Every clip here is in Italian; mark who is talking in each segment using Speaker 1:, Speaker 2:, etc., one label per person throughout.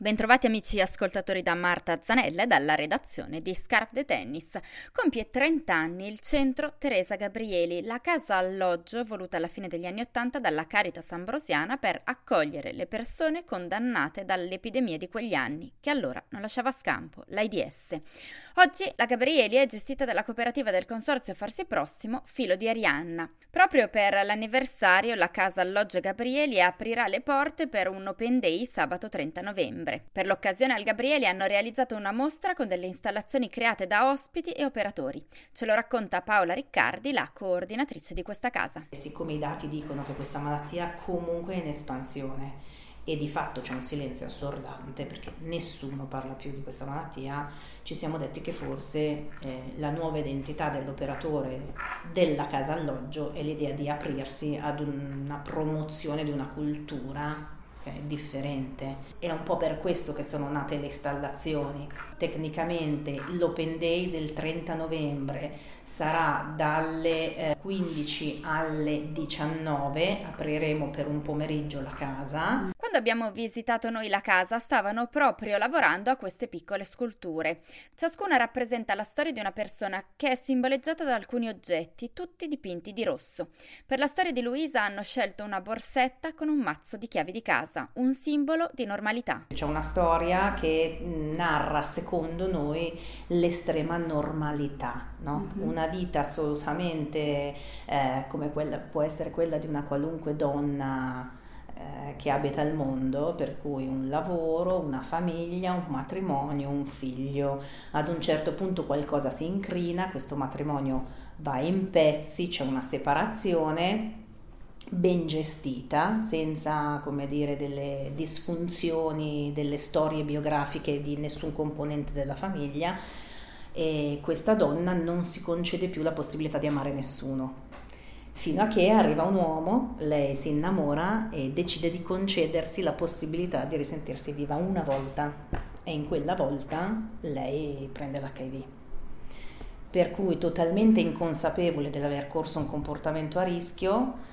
Speaker 1: Bentrovati amici ascoltatori da Marta Zanella e dalla redazione di Scarpe de Tennis. Compie 30 anni il centro Teresa Gabrieli, la casa alloggio voluta alla fine degli anni '80 dalla Caritas Ambrosiana per accogliere le persone condannate dalle epidemie di quegli anni, che allora non lasciava scampo, l'AIDS. Oggi la Gabrieli è gestita dalla cooperativa del consorzio Farsi Prossimo, Filo di Arianna. Proprio per l'anniversario la casa alloggio Gabrieli aprirà le porte per un Open Day sabato 30 novembre. Per l'occasione al Gabrieli hanno realizzato una mostra con delle installazioni create da ospiti e operatori. Ce lo racconta Paola Riccardi, la coordinatrice di questa casa.
Speaker 2: Siccome i dati dicono che questa malattia comunque è in espansione e di fatto c'è un silenzio assordante perché nessuno parla più di questa malattia, ci siamo detti che forse la nuova identità dell'operatore della casa alloggio è l'idea di aprirsi ad una promozione di una cultura che è differente. È un po' per questo che sono nate le installazioni. Tecnicamente l'Open Day del 30 novembre sarà dalle 15 alle 19, apriremo per un pomeriggio la casa.
Speaker 1: Quando abbiamo visitato noi la casa stavano proprio lavorando a queste piccole sculture. Ciascuna rappresenta la storia di una persona che è simboleggiata da alcuni oggetti, tutti dipinti di rosso. Per la storia di Luisa hanno scelto una borsetta con un mazzo di chiavi di casa, un simbolo di normalità.
Speaker 2: C'è una storia che narra, secondo noi, l'estrema normalità, no? Una vita assolutamente come quella, può essere quella di una qualunque donna che abita il mondo, per cui un lavoro, una famiglia, un matrimonio, un figlio. Ad un certo punto qualcosa si incrina, questo matrimonio va in pezzi, c'è una separazione ben gestita, senza, come dire, delle disfunzioni, delle storie biografiche di nessun componente della famiglia, e questa donna non si concede più la possibilità di amare nessuno. Fino a che arriva un uomo, lei si innamora e decide di concedersi la possibilità di risentirsi viva una volta, e in quella volta lei prende l'HIV. Per cui, totalmente inconsapevole dell'aver corso un comportamento a rischio,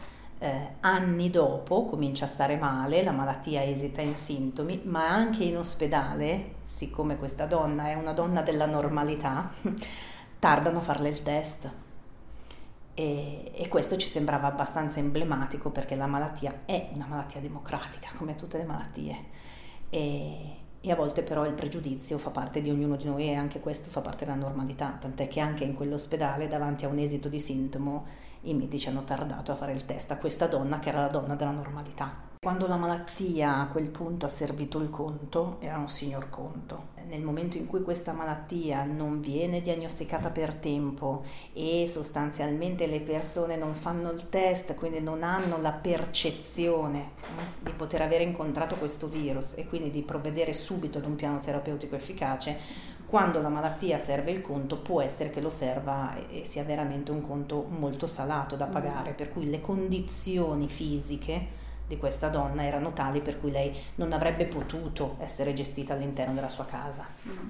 Speaker 2: anni dopo comincia a stare male, la malattia esita in sintomi, ma anche in ospedale, siccome questa donna è una donna della normalità, tardano a farle il test. E questo ci sembrava abbastanza emblematico, perché la malattia è una malattia democratica, come tutte le malattie, e a volte però il pregiudizio fa parte di ognuno di noi, e anche questo fa parte della normalità, tant'è che anche in quell'ospedale, davanti a un esito di sintomo, i medici hanno tardato a fare il test a questa donna, che era la donna della normalità. Quando la malattia a quel punto ha servito il conto, era un signor conto. Nel momento in cui questa malattia non viene diagnosticata per tempo e sostanzialmente le persone non fanno il test, quindi non hanno la percezione di poter avere incontrato questo virus e quindi di provvedere subito ad un piano terapeutico efficace, quando la malattia serve il conto, può essere che lo serva e sia veramente un conto molto salato da pagare, per cui le condizioni fisiche di questa donna erano tali per cui lei non avrebbe potuto essere gestita all'interno della sua casa.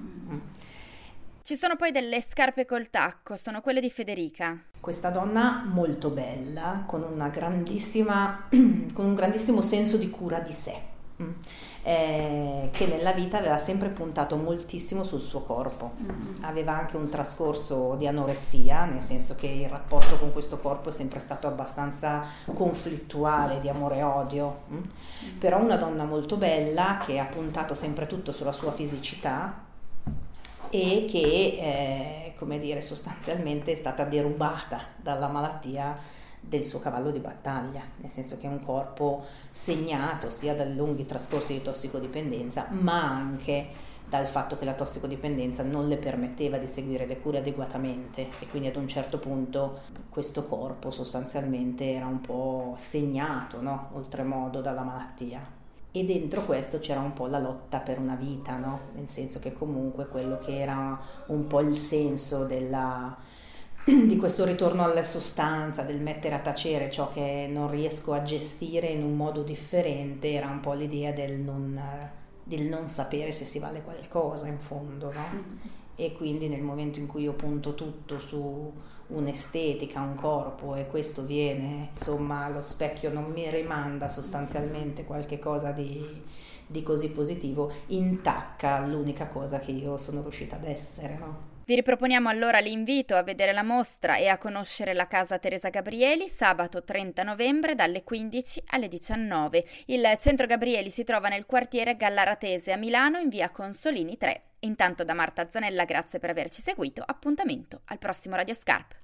Speaker 1: Ci sono poi delle scarpe col tacco, sono quelle di Federica.
Speaker 2: Questa donna molto bella, con un grandissimo senso di cura di sé, che nella vita aveva sempre puntato moltissimo sul suo corpo. Aveva anche un trascorso di anoressia, nel senso che il rapporto con questo corpo è sempre stato abbastanza conflittuale, di amore e odio, però una donna molto bella che ha puntato sempre tutto sulla sua fisicità e che come dire, sostanzialmente è stata derubata dalla malattia del suo cavallo di battaglia, nel senso che è un corpo segnato sia dai lunghi trascorsi di tossicodipendenza, ma anche dal fatto che la tossicodipendenza non le permetteva di seguire le cure adeguatamente, e quindi ad un certo punto questo corpo sostanzialmente era un po' segnato, no? Oltremodo dalla malattia. E dentro questo c'era un po' la lotta per una vita, no? Nel senso che comunque quello che era un po' il senso di questo ritorno alla sostanza, del mettere a tacere ciò che non riesco a gestire in un modo differente, era un po' l'idea del non sapere se si vale qualcosa in fondo, no? E quindi nel momento in cui io punto tutto su un'estetica, un corpo, e questo viene, insomma, lo specchio non mi rimanda sostanzialmente qualche cosa di di così positivo intacca l'unica cosa che io sono riuscita ad essere, no?
Speaker 1: Vi riproponiamo allora l'invito a vedere la mostra e a conoscere la casa Teresa Gabrieli sabato 30 novembre dalle 15 alle 19. Il Centro Gabrieli si trova nel quartiere Gallaratese a Milano in via Consolini 3. Intanto da Marta Zanella grazie per averci seguito, appuntamento al prossimo Radio Scarp.